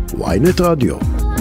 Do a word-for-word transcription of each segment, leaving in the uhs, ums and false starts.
וויינט רדיו.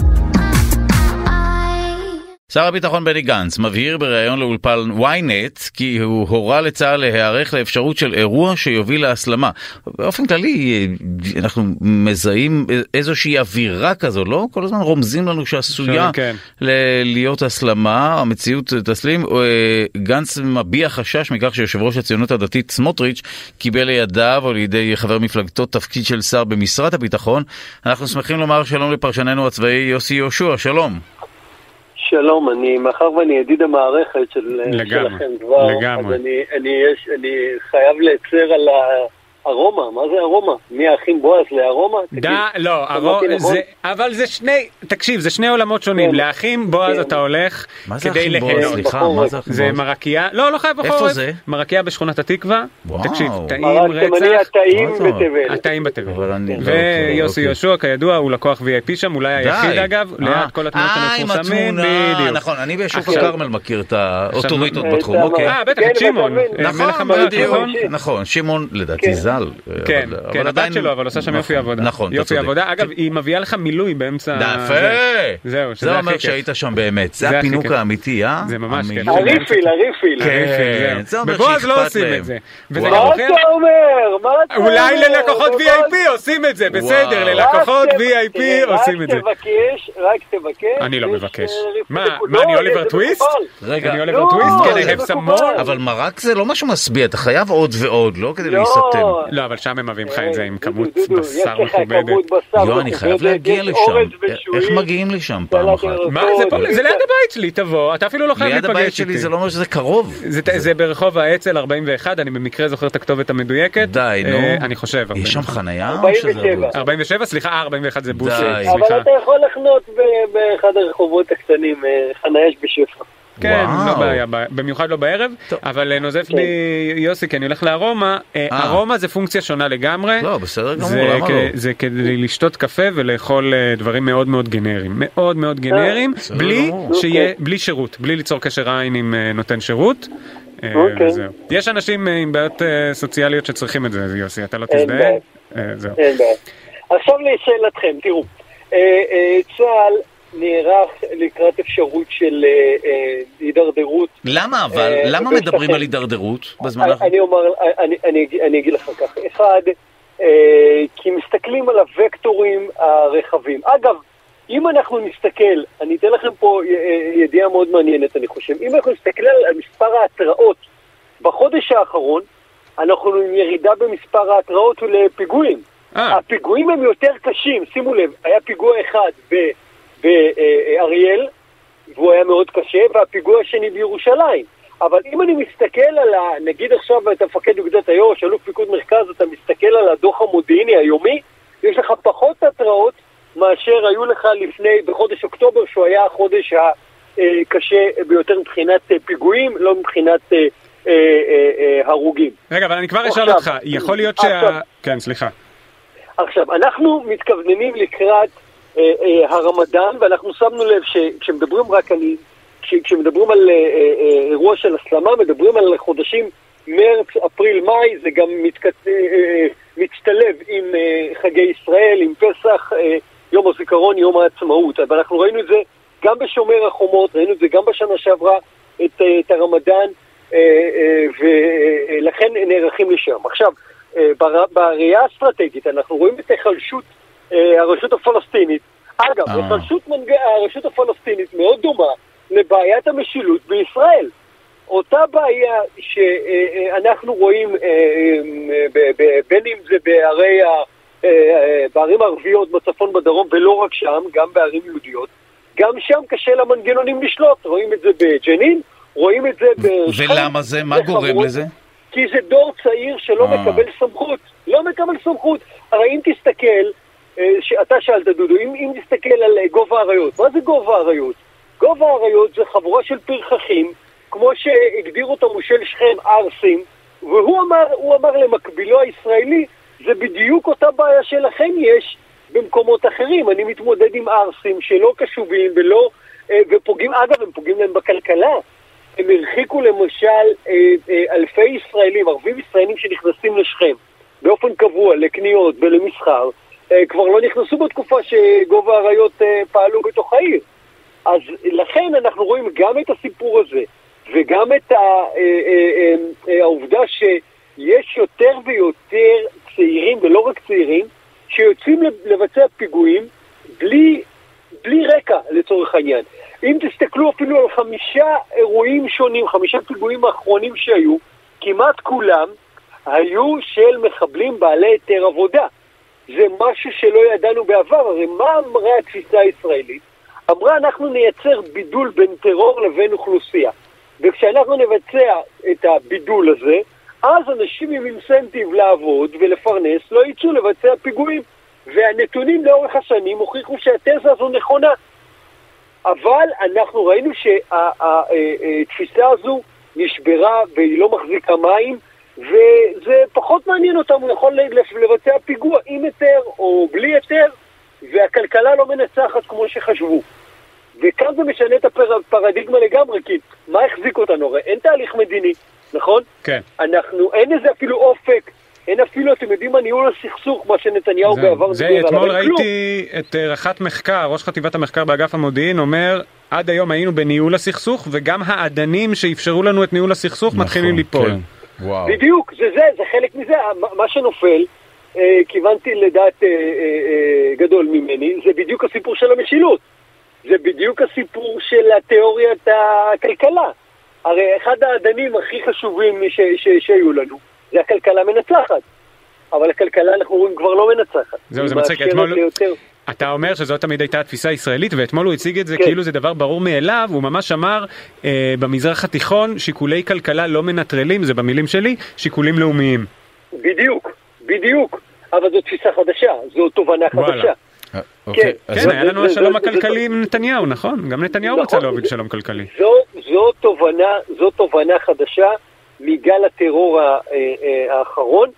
שר הביטחון בני גנץ מבהיר בראיון לאולפן וויינט כי הוא הורה לצה"ל להיערך לאפשרות של אירוע שיוביל להסלמה. באופן כללי אנחנו מזהים איזושהי אווירה כזו, לא? כל הזמן רומזים לנו שעשויה כן. להיות הסלמה, המציאות תסלים. גנץ מביע חשש מכך שיושב ראש הציונות הדתית סמוטריץ' קיבל לידיו או לידי חבר מפלגתו תפקיד של שר במשרד הביטחון. אנחנו שמחים לומר שלום לפרשננו הצבאי יוסי יהושע, שלום. שלום, אני מאחר ואני ידיד המערכת של, שלכם כבר, לגמרי. אז אני, אני, יש, אני חייב לצר על הארומה. מה זה ארומה? מי האחים בועז לארומה? דה, לא, ארו, זה, אבל זה שני, תקשיב, זה שני עולמות שונים. כן. לאחים בועז כן. אתה הולך כדי להנות. סליחה, מה זה אחים זה בועז? מרקייה, לא, לא חייב בחורף. איפה זה? מרקייה בשכונת התקווה. וואו. תקשיב, טעים רצח. הטעים בתבל. הטעים בתבל. ויוסי יהושע, כידוע, הוא לקוח וי איי פי שם, אולי היחיד אגב, ליד כל התמונות המפורסמים. בדיוק. נכון, אני בשוק הכרמל מכיר את האוטוריטות בתחום. אה, בטח, את שמעון. נכון, שמעון לדעתי ז"ל. כן, כן, הבת שלו, אבל עושה שם יופי עבודה. נכון, יופי עבודה. אגב, היא מביאה לך מילוי באמצע... יפה! זהו, שזה זה אומר שהיית שם באמת. זה הפינוק האמיתי, אה? זה ממש כן. הריפיל, הריפיל. כן, זה אומר בבועז לא שאכפת עושים להם. את זה. מה אתה אומר? מה אתה אומר? אולי ללקוחות וי איי פי עושים את זה, בסדר, ללקוחות וי איי פי עושים את זה. רק תבקש, רק תבקש. אני לא מבקש. מה, אני אוליבר טוויסט? רגע, אני אוליבר טוויסט? כן, I have some more? אבל מרק זה לא משהו משביע, אתה חייב עוד ועוד, לא כדי להיסתם. לא, אבל שם הם מביאים לך את זה עם כמות בשר מכובדת. יו, אני חייב להגיע לשם. איך מגיעים לשם פעם אחת? מה, זה ליד הבית שלי, תבוא, אתה אפילו לא חייב להיפגש איתי. ליד הבית שלי זה לא אומר שזה קרוב. זה ברחוב האצ"ל ארבעים ואחת, אני במקרה זוכר את הכתובת המדויקת. די, נו. אני חושב. יש שם חניה? ארבעים ושבע. ארבעים ושבע, סליחה, ארבעים ואחת זה בוס. אבל אתה יכול לחנות באחד הרחובות הקטנים, חניה יש בשפע. כן, לא בעיה, במיוחד לא בערב, אבל נוזף בי יוסי, כי אני הולך לארומה, ארומה זה פונקציה שונה לגמרי. לא, בסדר גמור, למה לא? זה כדי לשתות קפה ולאכול דברים מאוד מאוד גנריים, מאוד מאוד גנריים, בלי שירות, בלי ליצור קשר עין עם נותן שירות. יש אנשים עם בעיות סוציאליות שצריכים את זה, יוסי, אתה לא תזדהה? זהו. עכשיו לשאלתכם, תראו, צה"ל נערך לקראת אפשרות של הידרדרות. למה אבל? למה מדברים על הידרדרות בזמן האחרון? אני אומר, אני אגיד לך ככה. אחד, כי מסתכלים על הוקטורים הרחבים. אגב, אם אנחנו נסתכל, אני אתן לכם פה ידיעה מאוד מעניינת, אני חושב. אם אנחנו נסתכל על מספר ההתראות בחודש האחרון, אנחנו עם ירידה במספר ההתראות ולפיגועים. הפיגועים הם יותר קשים, שימו לב, היה פיגוע אחד ב... באריאל, והוא היה מאוד קשה, והפיגוע השני בירושלים. אבל אם אני מסתכל על, ה, נגיד עכשיו את המפקד אוגדת איו"ש, אלוף פיקוד מרכז, אתה מסתכל על הדוח המודיעיני היומי, יש לך פחות התראות מאשר היו לך לפני, בחודש אוקטובר, שהוא היה החודש הקשה ביותר מבחינת פיגועים, לא מבחינת אה, אה, אה, הרוגים. רגע, אבל אני כבר אשאל אותך, יכול להיות שה... עכשיו, כן, סליחה. עכשיו, אנחנו מתכווננים לקראת הרמדאן, ואנחנו שמנו לב שכשמדברים רק אני, כשמדברים על אירוע של הסלמה, מדברים על חודשים מרץ, אפריל, מאי, זה גם מצטלב עם חגי ישראל, עם פסח, יום הזיכרון, יום העצמאות. אבל אנחנו ראינו את זה גם בשומר החומות, ראינו את זה גם בשנה שעברה, את, את הרמדאן, ולכן נערכים לשם. עכשיו, בראייה האסטרטגית, אנחנו רואים את החלשות הרשות הפלסטינית. אגב, הרשות הפלסטינית מאוד דומה לבעיית המשילות בישראל. אותה בעיה שאנחנו רואים בין אם זה בערים הערביות בצפון בדרום, ולא רק שם, גם בערים יהודיות, גם שם קשה למנגנונים לשלוט. רואים את זה בג'נין, רואים את זה בשכם. ולמה זה? מה גורם לזה? כי זה דור צעיר שלא מקבל סמכות. לא מקבל סמכות. הרי אם תסתכל, שאתה שאלת דודו, אם, אם נסתכל על גובה האריות, מה זה גובה האריות? גובה האריות זה חבורה של פרחחים, כמו שהגדיר אותו מושל שכם ארסים, והוא אמר, הוא אמר למקבילו הישראלי, זה בדיוק אותה בעיה שלכם יש במקומות אחרים. אני מתמודד עם ארסים שלא קשובים ולא, ופוגעים, אגב, הם פוגעים להם בכלכלה. הם הרחיקו למשל אלפי ישראלים, ערבים ישראלים שנכנסים לשכם, באופן קבוע לקניות ולמסחר, כבר לא נכנסו בתקופה שגוב האריות פעלו בתוך העיר. אז לכן אנחנו רואים גם את הסיפור הזה, וגם את העובדה שיש יותר ויותר צעירים, ולא רק צעירים, שיוצאים לבצע פיגועים בלי, בלי רקע לצורך העניין. אם תסתכלו אפילו על חמישה אירועים שונים, חמישה פיגועים האחרונים שהיו, כמעט כולם היו של מחבלים בעלי היתר עבודה. זה משהו שלא ידענו בעבר. הרי מה אמרה התפיסה הישראלית? אמרה, אנחנו נייצר בידול בין טרור לבין אוכלוסייה. וכשאנחנו נבצע את הבידול הזה, אז אנשים עם אינסנטיב לעבוד ולפרנס לא ייצאו לבצע פיגועים. והנתונים לאורך השנים הוכיחו שהתזה הזו נכונה. אבל אנחנו ראינו שהתפיסה הזו נשברה והיא לא מחזיקה מים, וזה פחות מעניין אותם, הוא יכול לבצע פיגוע עם היתר או בלי היתר, והכלכלה לא מנצחת כמו שחשבו. וכאן זה משנה את הפרדיגמה לגמרי, כי מה החזיק אותנו? הרי אין תהליך מדיני, נכון? כן. אנחנו, אין איזה אפילו אופק, אין אפילו, אתם יודעים מה, ניהול הסכסוך, מה שנתניהו זה, בעבר זה אתמול ראיתי כלום. את רח"ט מחקר, ראש חטיבת המחקר באגף המודיעין, אומר, עד היום היינו בניהול הסכסוך, וגם העדנים שאפשרו לנו את ניהול הסכסוך נכון, מתחילים ליפול. כן. וואו. בדיוק, זה זה, זה חלק מזה, מה שנופל, אה, כיוונתי לדעת אה, אה, גדול ממני, זה בדיוק הסיפור של המשילות. זה בדיוק הסיפור של התיאוריית הכלכלה. הרי אחד העדנים הכי חשובים ש, ש, שהיו לנו, זה הכלכלה מנצחת. אבל הכלכלה אנחנו רואים כבר לא מנצחת. זהו, זה מצחיק. אתמול... יותר... אתה אומר שזאת תמיד הייתה התפיסה הישראלית, ואתמול הוא הציג את זה כן. כאילו זה דבר ברור מאליו, הוא ממש אמר, אה, במזרח התיכון, שיקולי כלכלה לא מנטרלים, זה במילים שלי, שיקולים לאומיים. בדיוק, בדיוק. אבל זו תפיסה חדשה, זו תובנה חדשה. כן, כן, היה לנו השלום הכלכלי עם נתניהו, נכון? גם נתניהו רצה להוביל שלום כלכלי. זו תובנה, זו תובנה חדשה מגל הטרור האחרון,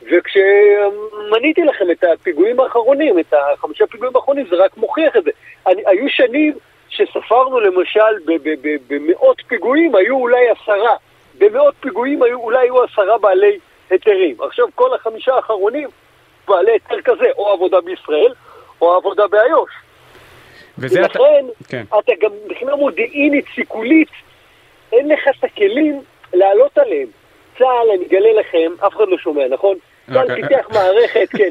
וכשמניתי לכם את הפיגועים האחרונים, את החמישה פיגועים האחרונים, זה רק מוכיח את זה. היו שנים שספרנו למשל במאות פיגועים, היו אולי עשרה. במאות פיגועים היו אולי היו עשרה בעלי היתרים. עכשיו כל החמישה האחרונים בעלי היתר כזה, או עבודה בישראל, או עבודה באיו"ש. ולכן, אתה... כן. אתה גם מבחינה מודיעינית, סיכולית, אין לך את הכלים לעלות עליהם. צה"ל, אני אגלה לכם, אף אחד לא שומע, נכון? צה"ל פיתח מערכת, כן,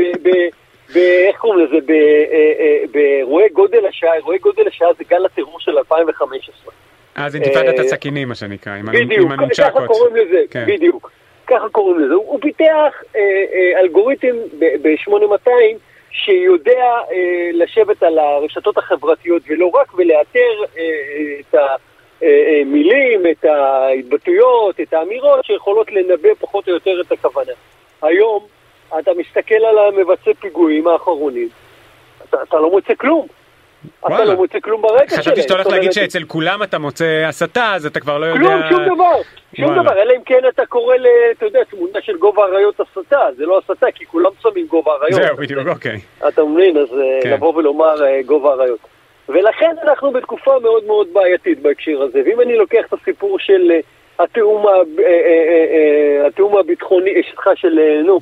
איך קוראים לזה? באירועי גודל השעה, אירועי גודל השעה זה גל הטרור של אלפיים וחמש עשרה. אז אינתיפאדת הסכינים, מה שנקרא, עם הנונצ'קות. ככה קוראים לזה, בדיוק. ככה קוראים לזה. הוא פיתח אלגוריתם ב-שמונה מאתיים, שיודע לשבת על הרשתות החברתיות, ולא רק, ולאתר את המילים, את ההתבטאויות, את האמירות, שיכולות לנבא פחות או יותר את הכוונה. היום, אתה מסתכל על המבצעי פיגועים האחרונים, אתה, אתה לא מוצא כלום. אתה לא מוצא כלום ברקע שלהם. חשבתי שאתה הולך להגיד שאצל כולם אתה מוצא הסתה, אז אתה כבר לא יודע... כלום, שום דבר. שום דבר. אלא אם כן אתה קורא, אתה יודע, תמונה של גובה האריות הסתה. זה לא הסתה, כי כולם שמים גובה האריות. זהו, בדיוק, אוקיי. אתה מבין, אז לבוא ולומר גובה האריות. ולכן אנחנו בתקופה מאוד מאוד בעייתית בהקשר הזה. ואם אני לוקח את הסיפור של התיאום הביטחוני, שלך של, נו,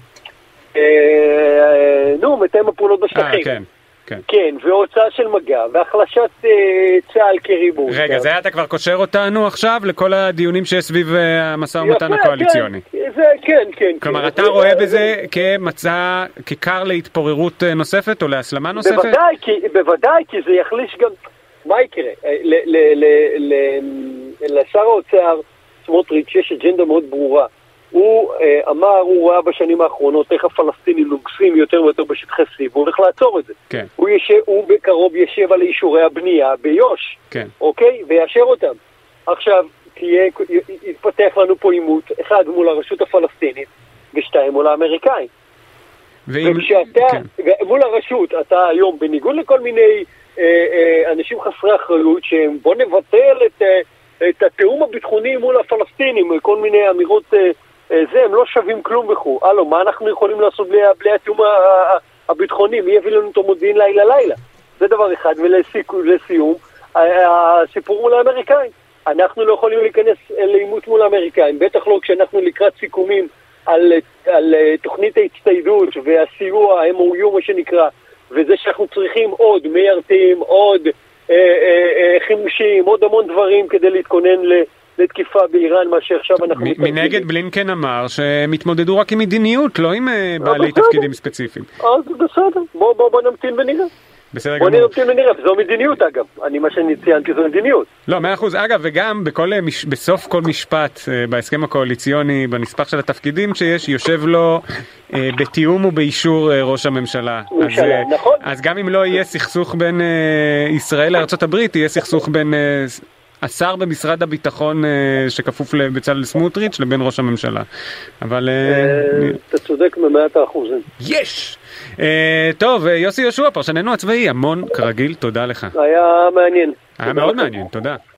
נו, מתאם הפעולות בשטחים. כן. כן. כן, והוצאה של מגע, והחלשת uh, צה"ל כריבון. רגע, זה אתה כבר קושר אותנו עכשיו לכל הדיונים שיש סביב uh, המשא ומתן הקואליציוני. כן, זה, כן, כן. כלומר, כן, אתה זה, רואה זה, בזה זה... כמצע, ככר להתפוררות נוספת או להסלמה נוספת? בוודאי, כי, בוודאי, כי זה יחליש גם... מה יקרה? ל, ל, ל, ל, ל, לשר האוצר, סמוטריץ', יש אג'נדה מאוד ברורה. הוא אה, אמר, הוא ראה בשנים האחרונות איך הפלסטינים נוגסים יותר ויותר בשטחי C, והוא הולך לעצור את זה. כן. הוא, ישב, הוא בקרוב ישב על אישורי הבנייה ביו"ש, כן. אוקיי? ויאשר אותם. עכשיו, תהיה, יתפתח לנו פה עימות, אחד מול הרשות הפלסטינית, ושתיים מול האמריקאים. ואם... וכשאתה, כן. מול הרשות, אתה היום, בניגוד לכל מיני אה, אה, אנשים חסרי אחריות, שהם בוא נבטל את, אה, את התיאום הביטחוני מול הפלסטינים, כל מיני אמירות... אה, זה, הם לא שווים כלום וכו'. הלו, מה אנחנו יכולים לעשות בלי, בלי התיאום הביטחוני? מי יביא לנו את המודיעין לילה לילה? זה דבר אחד. ולסיום, הסיפור מול האמריקאים. אנחנו לא יכולים להיכנס לעימות מול האמריקאים, בטח לא כשאנחנו לקראת סיכומים על, על תוכנית ההצטיידות והסיוע, ה-אם או יו מה שנקרא, וזה שאנחנו צריכים עוד מיירטים, עוד אה, אה, חימושים, עוד המון דברים כדי להתכונן ל... לתקיפה באיראן, מה שעכשיו אנחנו... מנגד בלינקן אמר שהם התמודדו רק עם מדיניות, לא עם בעלי תפקידים ספציפיים. אז בסדר, בוא, בוא, בוא נמתין ונראה. בסדר גמור. בוא נמתין ונראה, זו מדיניות אגב. אני מה שאני ציינתי זו מדיניות. לא, מאה אחוז. אגב, וגם בכל, בסוף כל משפט, בהסכם הקואליציוני, בנספח של התפקידים שיש, יושב לו בתיאום ובאישור ראש הממשלה. ממשלה, נכון. אז גם אם לא יהיה סכסוך בין ישראל לארצות הברית, יהיה סכסוך בין... השר במשרד הביטחון שכפוף לבצלאל סמוטריץ' לבין ראש הממשלה. אבל... אתה צודק במאת האחוזים. יש! טוב, יוסי יהושע, פרשננו הצבאי, המון כרגיל, תודה לך. היה מעניין. היה מאוד מעניין, תודה.